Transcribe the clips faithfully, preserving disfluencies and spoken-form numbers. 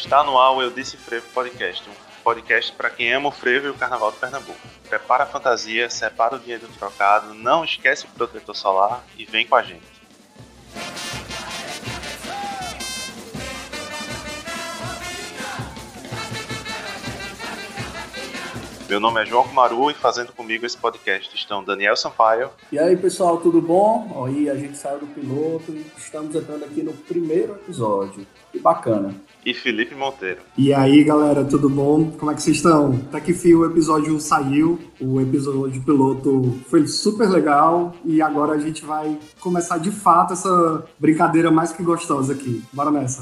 Está no ar o Eu Disse Frevo Podcast, um podcast para quem ama o frevo e o carnaval de Pernambuco. Prepara a fantasia, separa o dinheiro do trocado, não esquece o protetor solar e vem com a gente. Meu nome é João Kumaru e fazendo comigo esse podcast estão Daniel Sampaio. E aí, pessoal, tudo bom? Aí a gente saiu do piloto e estamos entrando aqui no primeiro episódio. Que bacana. E Felipe Monteiro. E aí, galera, tudo bom? Como é que vocês estão? Tá que fim o episódio saiu, o episódio piloto foi super legal e agora a gente vai começar de fato essa brincadeira mais que gostosa aqui. Bora nessa.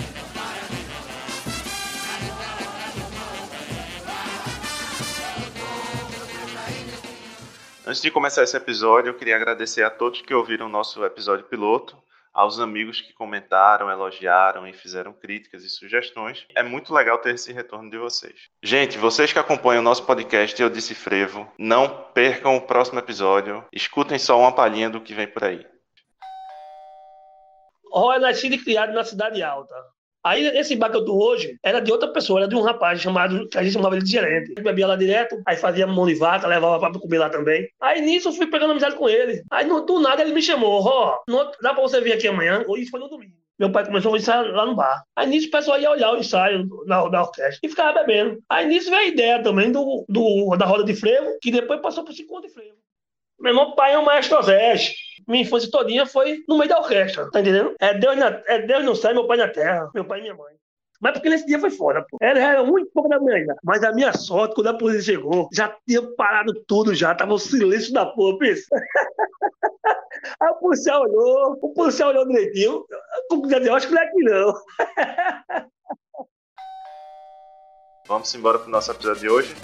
Antes de começar esse episódio, eu queria agradecer a todos que ouviram o nosso episódio piloto, aos amigos que comentaram, elogiaram e fizeram críticas e sugestões. É muito legal ter esse retorno de vocês. Gente, vocês que acompanham o nosso podcast Eu Disse Frevo, não percam o próximo episódio. Escutem só uma palhinha do que vem por aí. Ró é nascido e criado na Cidade Alta. Aí, esse bar que eu tô hoje era de outra pessoa, era de um rapaz chamado, que a gente chamava ele de gerente. Eu bebia lá direto, aí fazia mão de vaca, levava pra comer lá também. Aí nisso eu fui pegando amizade com ele. Aí no, do nada ele me chamou: Ró, dá pra você vir aqui amanhã? Isso foi no domingo. Meu pai começou a ensaiar lá no bar. Aí nisso o pessoal ia olhar o ensaio da, da orquestra e ficava bebendo. Aí nisso veio a ideia também do, do, da roda de frevo, que depois passou por cinco de frevo. Meu irmão pai é um maestro Osés. Minha infância todinha foi no meio da orquestra, tá entendendo? É Deus, na, é Deus no céu e meu pai na terra, meu pai e minha mãe. Mas porque nesse dia foi foda, pô. Era, era muito pouco da manhã ainda. Mas a minha sorte, quando a polícia chegou, já tinha parado tudo já, tava o silêncio da porra, pensa. Aí o policial olhou, o policial olhou direitinho. Eu acho que não é aqui não. Vamos embora pro nosso episódio de hoje.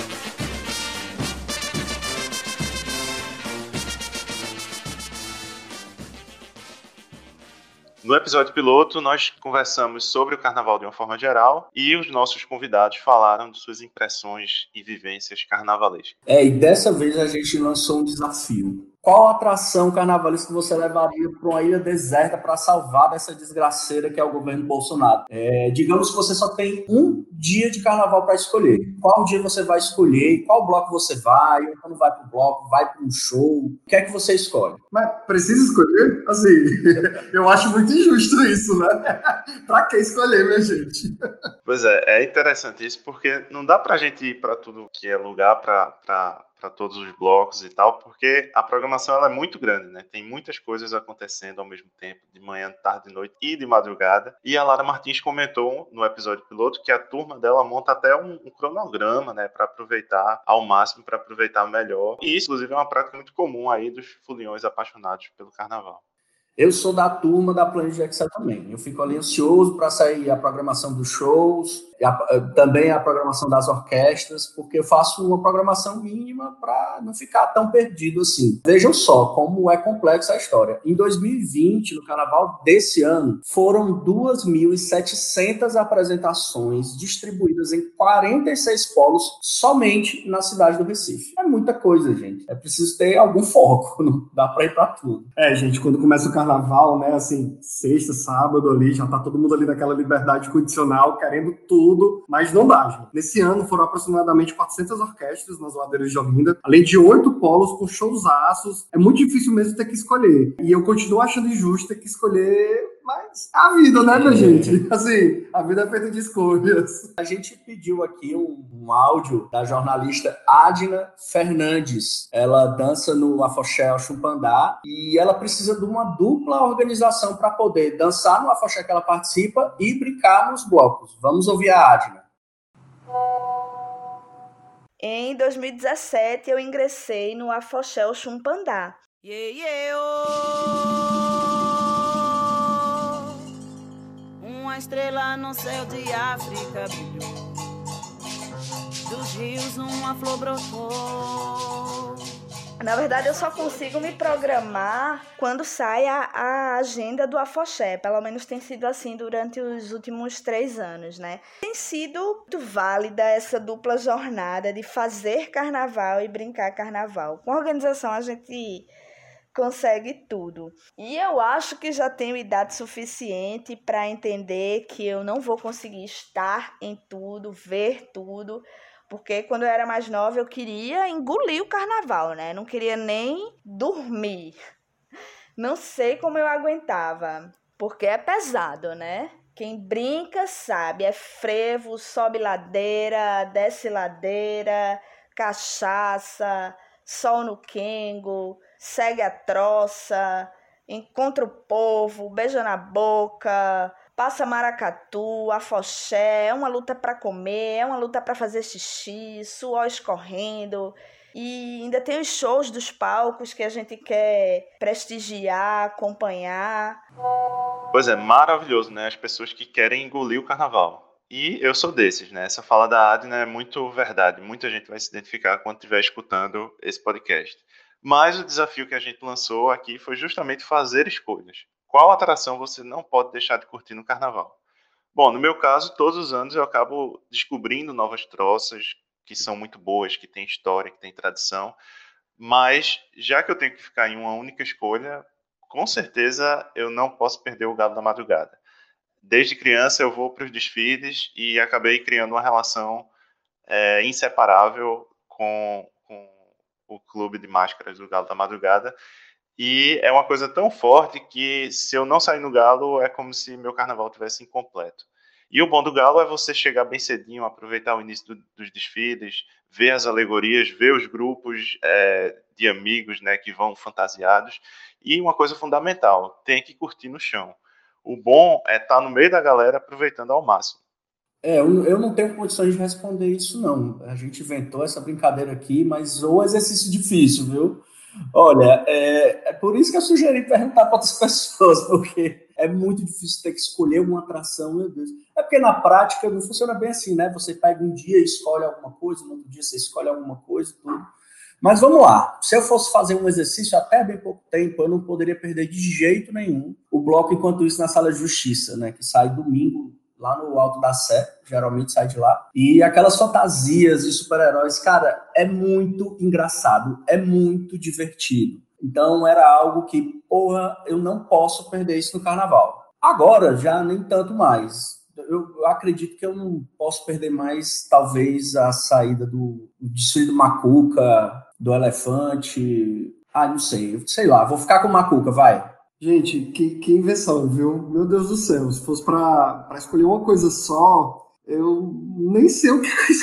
No episódio piloto, nós conversamos sobre o carnaval de uma forma geral e os nossos convidados falaram de suas impressões e vivências carnavalescas. É, e dessa vez a gente lançou um desafio. Qual atração carnavalesca você levaria para uma ilha deserta para salvar dessa desgraceira que é o governo Bolsonaro? É, digamos que você só tem um dia de carnaval para escolher. Qual dia você vai escolher? Qual bloco você vai? Ou quando vai para o bloco, vai para um show? O que é que você escolhe? Mas precisa escolher? Assim, eu acho muito injusto isso, né? Pra que escolher, minha gente? Pois é, é interessante isso porque não dá pra gente ir para tudo que é lugar para para todos os blocos e tal, porque a programação ela é muito grande, né? Tem muitas coisas acontecendo ao mesmo tempo, de manhã, de tarde, de noite e de madrugada. E a Lara Martins comentou no episódio piloto que a turma dela monta até um, um cronograma, né? Para aproveitar ao máximo, para aproveitar melhor. E isso, inclusive, é uma prática muito comum aí dos foliões apaixonados pelo carnaval. Eu sou da turma da Planilha Excel também. Eu fico ali ansioso para sair a programação dos shows, e a, também a programação das orquestras, porque eu faço uma programação mínima para não ficar tão perdido assim. Vejam só como é complexa a história. Em dois mil e vinte, no carnaval desse ano, foram duas mil e setecentas apresentações distribuídas em quarenta e seis polos somente na cidade do Recife. É muita coisa, gente. É preciso ter algum foco, não dá para ir para tudo. É, gente, quando começa o carnaval, né, assim, sexta, sábado ali, já tá todo mundo ali naquela liberdade condicional, querendo tudo, mas não dá, gente. Nesse ano foram aproximadamente quatrocentas orquestras nas ladeiras de Olinda, além de oito polos com showzaços. É muito difícil mesmo ter que escolher. E eu continuo achando injusto ter que escolher, mas é a vida, né, minha gente? Assim, a vida é feita de escolhas. A gente pediu aqui um, um áudio da jornalista Adna Fernandes. Ela dança no Afoxé Chumpandá e ela precisa de uma dupla organização para poder dançar no Afoxé que ela participa e brincar nos blocos. Vamos ouvir a Adna. Em dois mil e dezessete, eu ingressei no Afoxé Chumpandá. Yeah, yeah, oh. Uma estrela no céu de África brilhou, dos rios uma flor brotou. Na verdade, eu só consigo me programar quando sai a, a agenda do Afoxé. Pelo menos tem sido assim durante os últimos três anos, né? Tem sido muito válida essa dupla jornada de fazer carnaval e brincar carnaval. Com a organização, a gente consegue tudo. E eu acho que já tenho idade suficiente para entender que eu não vou conseguir estar em tudo, ver tudo, porque quando eu era mais nova eu queria engolir o carnaval, né? Não queria nem dormir. Não sei como eu aguentava, porque é pesado, né? Quem brinca sabe, é frevo, sobe ladeira, desce ladeira, cachaça, sol no quengo, segue a troça, encontra o povo, beija na boca, passa maracatu, afoxé, é uma luta para comer, é uma luta para fazer xixi, suor escorrendo. E ainda tem os shows dos palcos que a gente quer prestigiar, acompanhar. Pois é, maravilhoso, né? As pessoas que querem engolir o carnaval. E eu sou desses, né? Essa fala da Adna é muito verdade. Muita gente vai se identificar quando estiver escutando esse podcast. Mas o desafio que a gente lançou aqui foi justamente fazer escolhas. Qual atração você não pode deixar de curtir no carnaval? Bom, no meu caso, todos os anos eu acabo descobrindo novas troças que são muito boas, que têm história, que têm tradição. Mas, já que eu tenho que ficar em uma única escolha, com certeza eu não posso perder o Galo da Madrugada. Desde criança eu vou para os desfiles e acabei criando uma relação é, inseparável com, com o clube de máscaras do Galo da Madrugada. E é uma coisa tão forte que se eu não sair no Galo é como se meu carnaval tivesse incompleto. E o bom do Galo é você chegar bem cedinho, aproveitar o início do, dos desfiles, ver as alegorias, ver os grupos é, de amigos, né, que vão fantasiados. E uma coisa fundamental, tem que curtir no chão. O bom é estar no meio da galera aproveitando ao máximo. É, eu, eu não tenho condições de responder isso, não. A gente inventou essa brincadeira aqui, mas o exercício difícil, viu? Olha, é, é por isso que eu sugeri perguntar para outras pessoas, porque é muito difícil ter que escolher uma atração, meu Deus. É porque na prática não funciona bem assim, né? Você pega um dia e escolhe alguma coisa, no outro dia você escolhe alguma coisa, tudo. Mas vamos lá, se eu fosse fazer um exercício até bem pouco tempo, eu não poderia perder de jeito nenhum o bloco Enquanto Isso na Sala de Justiça, né? Que sai domingo lá no Alto da Sé, geralmente sai de lá. E aquelas fantasias de super-heróis, cara, é muito engraçado, é muito divertido. Então era algo que, porra, eu não posso perder isso no carnaval. Agora, já nem tanto mais. Eu acredito que eu não posso perder mais, talvez, a saída do, do desfile do Macuca, do Elefante. Ah, não sei, sei lá, vou ficar com o Macuca, vai. Gente, que, que invenção, viu? Meu Deus do céu, se fosse para escolher uma coisa só, eu nem sei o que eu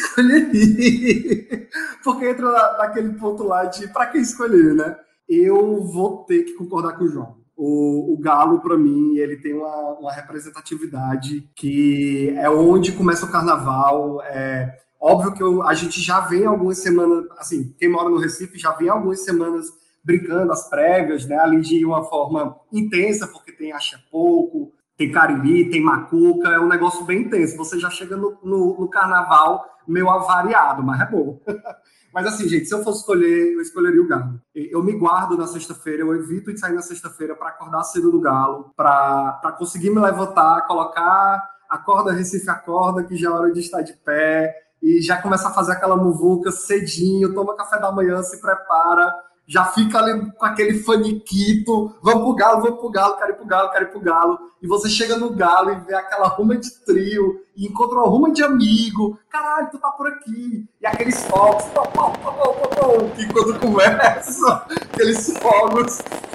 escolheria. Porque entra na, naquele ponto lá de para que escolher, né? Eu vou ter que concordar com o João. O, o Galo, para mim, ele tem uma, uma representatividade que é onde começa o carnaval. É óbvio que eu, a gente já vem algumas semanas, assim, quem mora no Recife já vem algumas semanas brincando as prévias, né, ali de uma forma intensa, porque tem axé-pouco, tem cariri, tem macuca, é um negócio bem intenso. Você já chega no, no, no carnaval meio avariado, mas é bom. Mas assim, gente, se eu fosse escolher, eu escolheria o Galo. Eu me guardo na sexta-feira, eu evito de sair na sexta-feira para acordar cedo do Galo, para conseguir me levantar, colocar acorda Recife, acorda, que já é hora de estar de pé, e já começa a fazer aquela muvuca cedinho, toma café da manhã, se prepara, já fica ali com aquele faniquito, vamos pro Galo, vamos pro Galo, quero ir pro Galo, quero ir pro Galo, e você chega no Galo e vê aquela ruma de trio, e encontra uma ruma de amigo, caralho, tu tá por aqui, e aqueles fogos, pô, pô, pô, pô, pô, pô, que quando começa, aqueles fogos.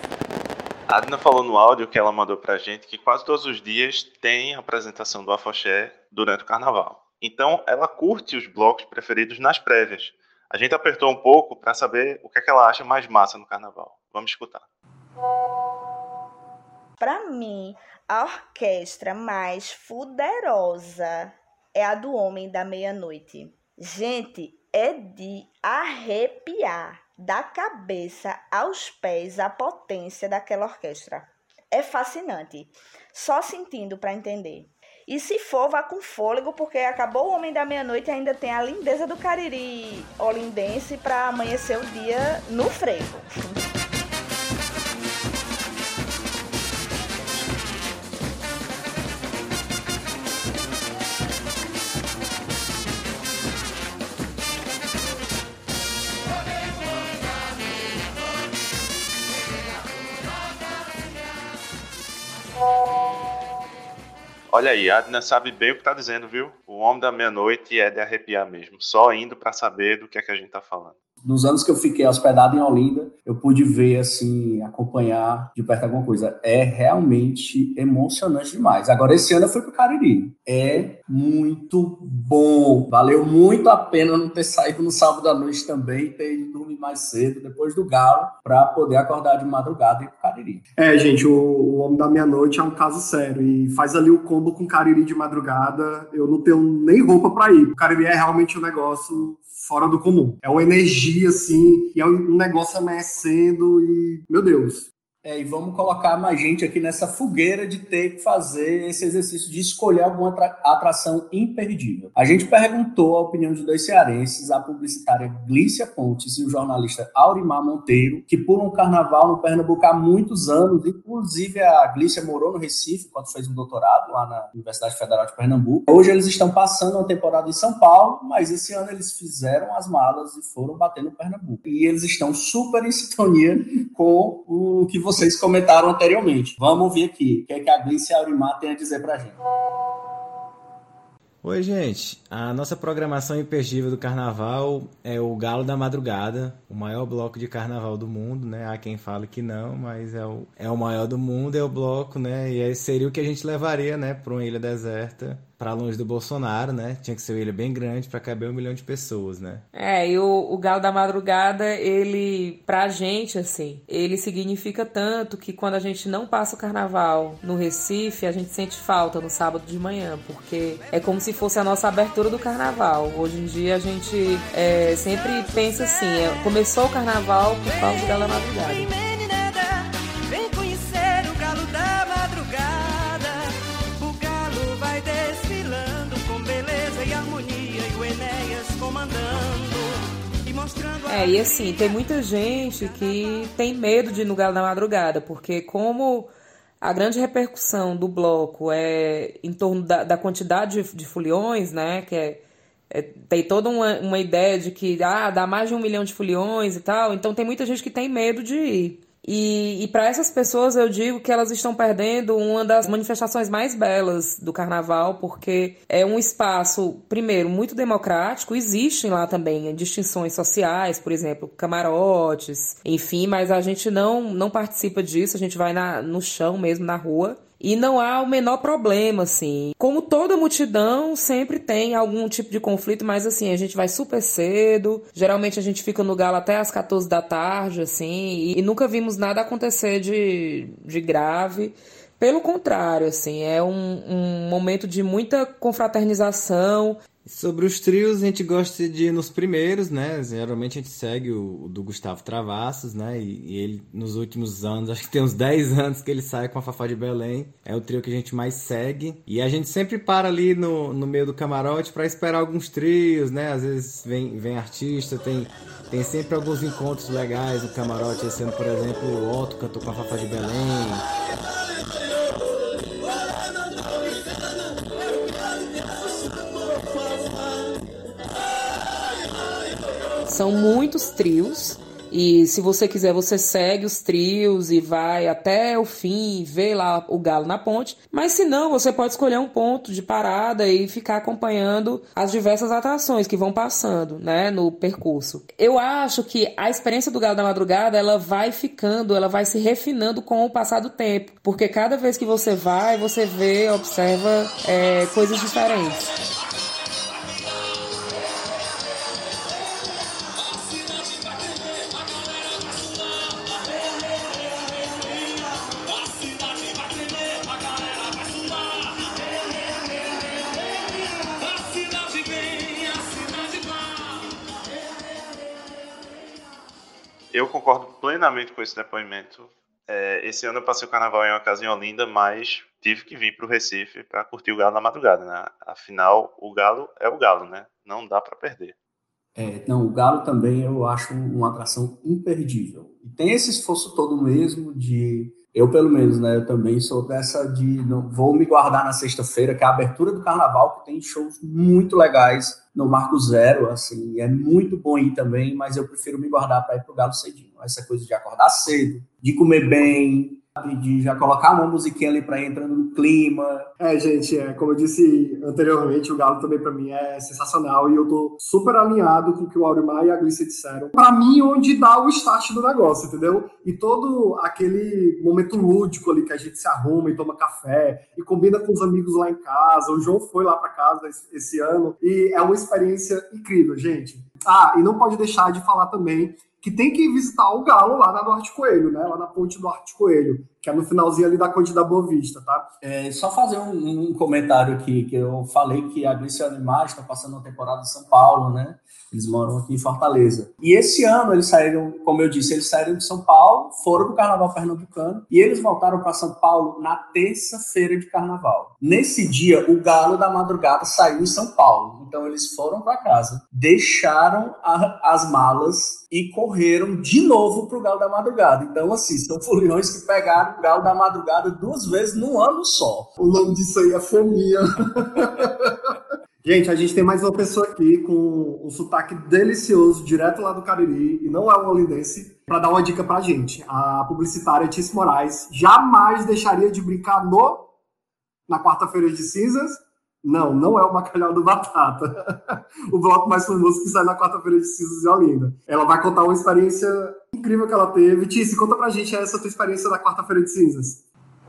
A Adna falou no áudio que ela mandou pra gente que quase todos os dias tem a apresentação do Afoxé durante o carnaval. Então, ela curte os blocos preferidos nas prévias. A gente apertou um pouco para saber o que é que ela acha mais massa no carnaval. Vamos escutar. Para mim, a orquestra mais fuderosa é a do Homem da Meia-Noite. Gente, é de arrepiar da cabeça aos pés a potência daquela orquestra. É fascinante. Só sentindo para entender. E se for, vá com fôlego, porque acabou o Homem da Meia-Noite e ainda tem a lindeza do Cariri olindense para amanhecer o dia no frevo. Olha aí, a Adna sabe bem o que tá dizendo, viu? O Homem da Meia-Noite é de arrepiar mesmo, só indo para saber do que é que a gente tá falando. Nos anos que eu fiquei hospedado em Olinda, eu pude ver, assim, acompanhar de perto alguma coisa. É realmente emocionante demais. Agora, esse ano eu fui pro Cariri. É muito bom. Valeu muito a pena não ter saído no sábado à noite também, ter ido dormir mais cedo, depois do Galo, para poder acordar de madrugada e ir pro Cariri. É, gente, o, o Homem da Meia-Noite é um caso sério. E faz ali o combo com o Cariri de madrugada. Eu não tenho nem roupa para ir. O Cariri é realmente um negócio fora do comum. É uma energia, assim, e é um negócio amanhecendo e, meu Deus. É, e vamos colocar mais gente aqui nessa fogueira de ter que fazer esse exercício de escolher alguma atra- atração imperdível. A gente perguntou a opinião de dois cearenses, a publicitária Glícia Pontes e o jornalista Aurimar Monteiro, que pulam o carnaval no Pernambuco há muitos anos. Inclusive, a Glícia morou no Recife quando fez um doutorado lá na Universidade Federal de Pernambuco. Hoje eles estão passando uma temporada em São Paulo, mas esse ano eles fizeram as malas e foram bater no Pernambuco. E eles estão super em sintonia com o que você vocês comentaram anteriormente. Vamos ouvir aqui o que, é que a Glícia e a Aurimar tem a dizer pra gente. Oi, gente. A nossa programação imperdível do carnaval é o Galo da Madrugada, o maior bloco de carnaval do mundo, né? Há quem fale que não, mas é o, é o maior do mundo, é o bloco, né? E aí seria o que a gente levaria, né, para uma ilha deserta, para longe do Bolsonaro, né? Tinha que ser uma ilha bem grande para caber um milhão de pessoas, né? É, e o, o Galo da Madrugada, ele, pra gente, assim, ele significa tanto que quando a gente não passa o carnaval no Recife, a gente sente falta no sábado de manhã, porque é como se fosse a nossa abertura do carnaval. Hoje em dia a gente é, sempre pensa assim, é, começou o carnaval por causa do Galo da Madrugada. Vem conhecer o Galo da Madrugada. O Galo vai desfilando com beleza e harmonia, e o Enéas comandando e mostrando. É, e assim, tem muita gente que tem medo de ir no Galo da Madrugada, porque como a grande repercussão do bloco é em torno da, da quantidade de, de foliões, né? Que é, é, tem toda uma, uma ideia de que ah, dá mais de um milhão de foliões e tal. Então tem muita gente que tem medo de ir. E, e para essas pessoas eu digo que elas estão perdendo uma das manifestações mais belas do carnaval, porque é um espaço, primeiro, muito democrático. Existem lá também distinções sociais, por exemplo, camarotes, enfim, mas a gente não, não participa disso, a gente vai na, no chão mesmo, na rua. E não há o menor problema, assim. Como toda multidão, sempre tem algum tipo de conflito, mas assim, a gente vai super cedo. Geralmente a gente fica no Galo até às quatorze da tarde, assim, e, e nunca vimos nada acontecer de, de grave. Pelo contrário, assim, é um, um momento de muita confraternização. Sobre os trios, a gente gosta de ir nos primeiros, né? Geralmente a gente segue o, o do Gustavo Travassos, né? E, e ele, nos últimos anos, acho que tem uns dez anos que ele sai com a Fafá de Belém. É o trio que a gente mais segue. E a gente sempre para ali no, no meio do camarote para esperar alguns trios, né? Às vezes vem, vem artista, tem, tem sempre alguns encontros legais no camarote. Esse ano, por exemplo, o Otto cantou com a Fafá de Belém. São muitos trios e se você quiser você segue os trios e vai até o fim e vê lá o Galo na ponte, mas se não, você pode escolher um ponto de parada e ficar acompanhando as diversas atrações que vão passando, né, no percurso. Eu acho que a experiência do Galo da Madrugada, ela vai ficando, ela vai se refinando com o passar do tempo, porque cada vez que você vai, você vê, observa é, coisas diferentes. Eu concordo plenamente com esse depoimento. É, esse ano eu passei o carnaval em uma casa em Olinda, mas tive que vir para o Recife para curtir o Galo na madrugada, né? Afinal, o Galo é o Galo, né? Não dá para perder. É, não, o Galo também eu acho uma atração imperdível. E tem esse esforço todo mesmo de... Eu, pelo menos, né? Eu também sou dessa de... Não, vou me guardar na sexta-feira, que é a abertura do carnaval, que tem shows muito legais no Marco Zero, assim, é muito bom ir também, mas eu prefiro me guardar para ir pro Galo cedinho. Essa coisa de acordar cedo, de comer bem, de já colocar uma musiquinha ali para ir entrando no clima. É, gente, é, como eu disse anteriormente, o Galo também para mim é sensacional e eu tô super alinhado com o que o Aurimar e a Glícia disseram. Para mim, onde dá o start do negócio, entendeu? E todo aquele momento lúdico ali que a gente se arruma e toma café e combina com os amigos lá em casa. O João foi lá para casa esse, esse ano e é uma experiência incrível, gente. Ah, e não pode deixar de falar também que tem que visitar o Galo lá na Duarte Coelho, né? Lá na ponte Duarte Coelho, que é no finalzinho ali da Conde da Boa Vista, tá? É, só fazer um, um comentário aqui, que eu falei que a Glícia e a Animais está passando uma temporada em São Paulo, né? Eles moram aqui em Fortaleza. E esse ano eles saíram, como eu disse, eles saíram de São Paulo, foram para o Carnaval Pernambucano e eles voltaram para São Paulo na terça-feira de Carnaval. Nesse dia, o Galo da Madrugada saiu em São Paulo. Então eles foram para casa, deixaram a, as malas e correram de novo para o Galo da Madrugada. Então, assim, são foliões que pegaram o Galo da Madrugada duas vezes num ano só. O nome disso aí é fominha. Gente, a gente tem mais uma pessoa aqui com um sotaque delicioso, direto lá do Cariri, e não é um olindense, para dar uma dica pra gente. A publicitária Tice Moraes jamais deixaria de brincar no na quarta-feira de cinzas. Não, não é o Bacalhau do Batata. O bloco mais famoso que sai na quarta-feira de cinzas de Olinda. Ela vai contar uma experiência incrível que ela teve. Tice, conta pra gente essa tua experiência da quarta-feira de cinzas.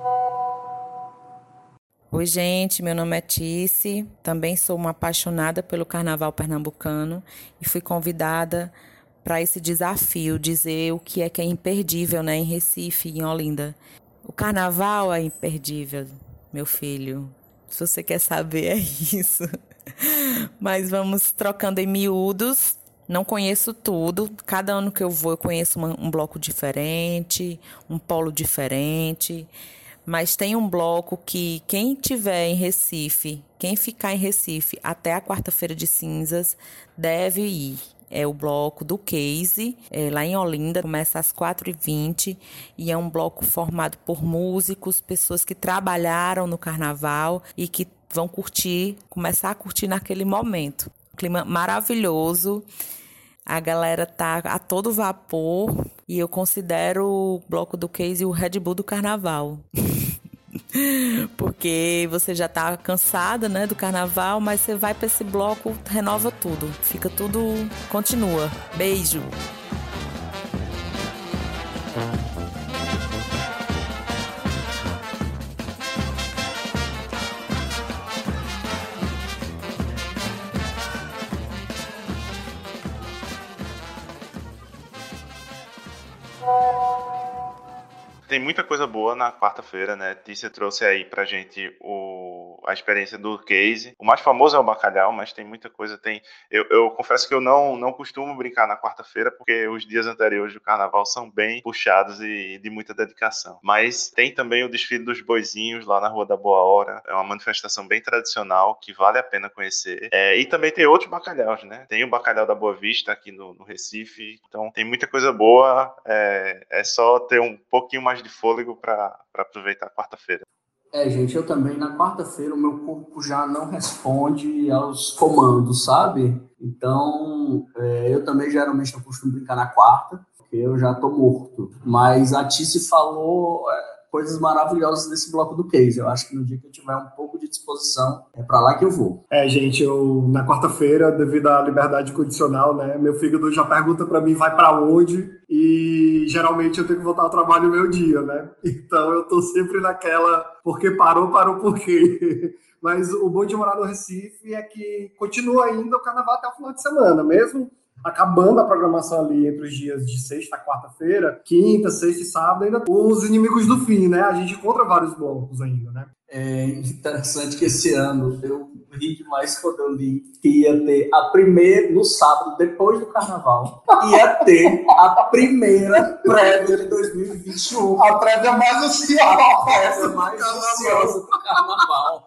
Oi, gente, meu nome é Tice, também sou uma apaixonada pelo Carnaval Pernambucano e fui convidada para esse desafio, dizer o que é que é imperdível, né, em Recife, em Olinda. O Carnaval é imperdível, meu filho, se você quer saber é isso. Mas vamos trocando em miúdos, não conheço tudo, cada ano que eu vou eu conheço uma, um bloco diferente, um polo diferente. Mas tem um bloco que quem tiver em Recife, quem ficar em Recife até a quarta-feira de cinzas, deve ir. É o bloco do Case, é lá em Olinda, começa às quatro e vinte e é um bloco formado por músicos, pessoas que trabalharam no carnaval e que vão curtir, começar a curtir naquele momento. Clima maravilhoso. A galera tá a todo vapor e eu considero o bloco do Case o Red Bull do carnaval. Porque você já tá cansada, né, do carnaval, mas você vai para esse bloco, renova tudo. Fica tudo, continua. Beijo! Tem muita coisa boa na quarta-feira, né? Tícia trouxe aí pra gente o, a experiência do Case. O mais famoso é o bacalhau, mas tem muita coisa. Tem, eu, eu confesso que eu não, não costumo brincar na quarta-feira, porque os dias anteriores do carnaval são bem puxados e de muita dedicação. Mas tem também o desfile dos boizinhos lá na Rua da Boa Hora. É uma manifestação bem tradicional que vale a pena conhecer. É, e também tem outros bacalhaus, né? Tem o bacalhau da Boa Vista aqui no, no Recife. Então tem muita coisa boa. É, é só ter um pouquinho mais de fôlego para aproveitar a quarta-feira. É, gente, eu também, na quarta-feira, o meu corpo já não responde aos comandos, sabe? Então, é, eu também geralmente não costumo brincar na quarta, porque eu já tô morto. Mas a Tice falou é, coisas maravilhosas desse bloco do Case. Eu acho que no dia que eu tiver um pouco de disposição, é para lá que eu vou. É, gente, eu, na quarta-feira, devido à liberdade condicional, né, meu fígado já pergunta para mim, vai para onde? E geralmente eu tenho que voltar ao trabalho no meu dia, né? Então eu tô sempre naquela, porque parou, parou por quê? Mas o bom de morar no Recife é que continua ainda o carnaval até o final de semana, mesmo acabando a programação ali entre os dias de sexta a quarta-feira, quinta, sexta e sábado, ainda os inimigos do fim, né? A gente encontra vários blocos ainda, né? É interessante que esse ano eu ri demais quando eu li que ia ter a primeira, no sábado, depois do carnaval, ia ter a primeira prévia de dois mil e vinte e um. A prévia mais ansiosa. A prévia mais ansiosa do carnaval.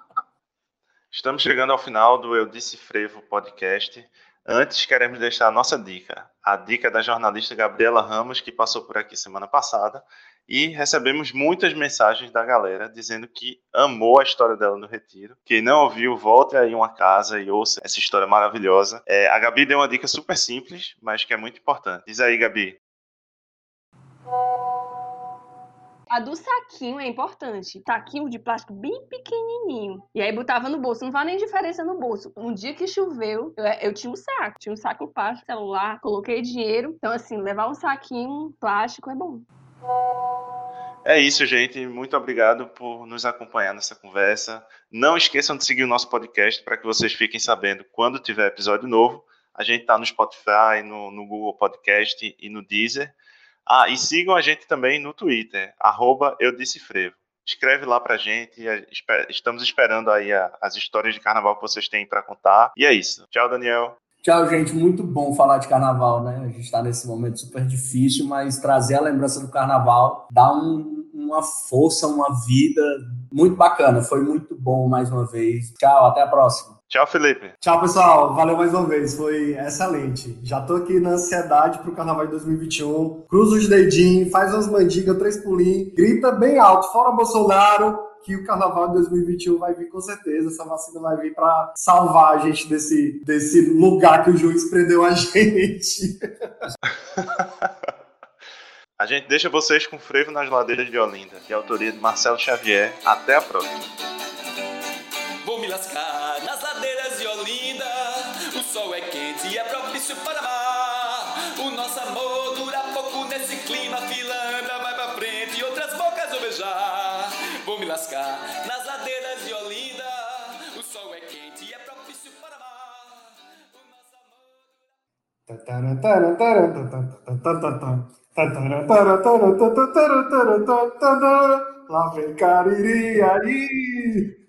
Estamos chegando ao final do Eu Disse Frevo podcast. Antes, queremos deixar a nossa dica. A dica da jornalista Gabriela Ramos, que passou por aqui semana passada. E recebemos muitas mensagens da galera dizendo que amou a história dela no Retiro. Quem não ouviu, volte aí uma casa e ouça essa história maravilhosa. É, a Gabi deu uma dica super simples, mas que é muito importante. Diz aí, Gabi. A do saquinho é importante. Saquinho de plástico bem pequenininho. E aí botava no bolso. Não faz nem diferença no bolso. Um dia que choveu, eu, eu tinha um saco. Tinha um saco plástico, celular, coloquei dinheiro. Então, assim, levar um saquinho plástico é bom. É isso, gente. Muito obrigado por nos acompanhar nessa conversa. Não esqueçam de seguir o nosso podcast para que vocês fiquem sabendo quando tiver episódio novo. A gente está no Spotify, no, no Google Podcast e no Deezer. Ah, e sigam a gente também no Twitter, arroba Eu Disse Frevo. Escreve lá pra gente. Estamos esperando aí as histórias de carnaval que vocês têm para contar. E é isso. Tchau, Daniel. Tchau, gente. Muito bom falar de carnaval, né? A gente está nesse momento super difícil, mas trazer a lembrança do carnaval dá um, uma força, uma vida muito bacana. Foi muito bom mais uma vez. Tchau, até a próxima. Tchau, Felipe. Tchau, pessoal. Valeu mais uma vez. Foi excelente. Já tô aqui na ansiedade pro carnaval de dois mil e vinte e um. Cruza os dedinhos, faz umas mandigas, três pulinhos, grita bem alto, fora Bolsonaro, que o carnaval de dois mil e vinte e um vai vir com certeza. Essa vacina vai vir para salvar a gente desse, desse lugar que o juiz prendeu a gente. A gente deixa vocês com Frevo nas Ladeiras de Olinda, de autoria de Marcelo Xavier. Até a próxima. Vou me lascar nas ladeiras de Olinda. O sol é quente e é propício para amar. O nosso amor dura pouco nesse clima. Fila anda, vai pra frente e outras bocas vou beijar. Vou me lascar nas ladeiras de Olinda. O sol é quente e é propício para amar. O nosso amor... Lá vem Cariri aí.